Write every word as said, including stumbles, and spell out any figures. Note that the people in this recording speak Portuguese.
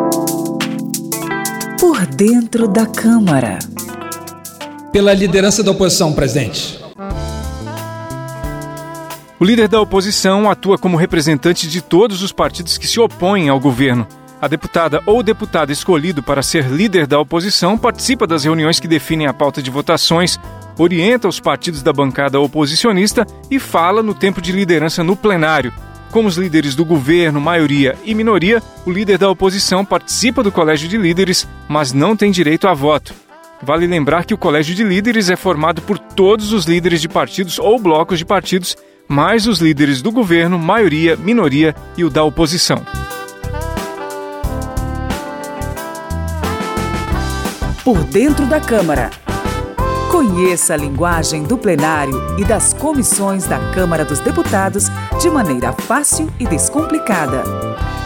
Por dentro da Câmara. Pela liderança da oposição, presidente. O líder da oposição atua como representante de todos os partidos que se opõem ao governo. A deputada ou deputado escolhido para ser líder da oposição participa das reuniões que definem a pauta de votações, orienta os partidos da bancada oposicionista e fala no tempo de liderança no plenário. Como os líderes do governo, maioria e minoria, o líder da oposição participa do Colégio de Líderes, mas não tem direito a voto. Vale lembrar que o Colégio de Líderes é formado por todos os líderes de partidos ou blocos de partidos, mais os líderes do governo, maioria, minoria e o da oposição. Por dentro da Câmara. Conheça a linguagem do plenário e das comissões da Câmara dos Deputados de maneira fácil e descomplicada.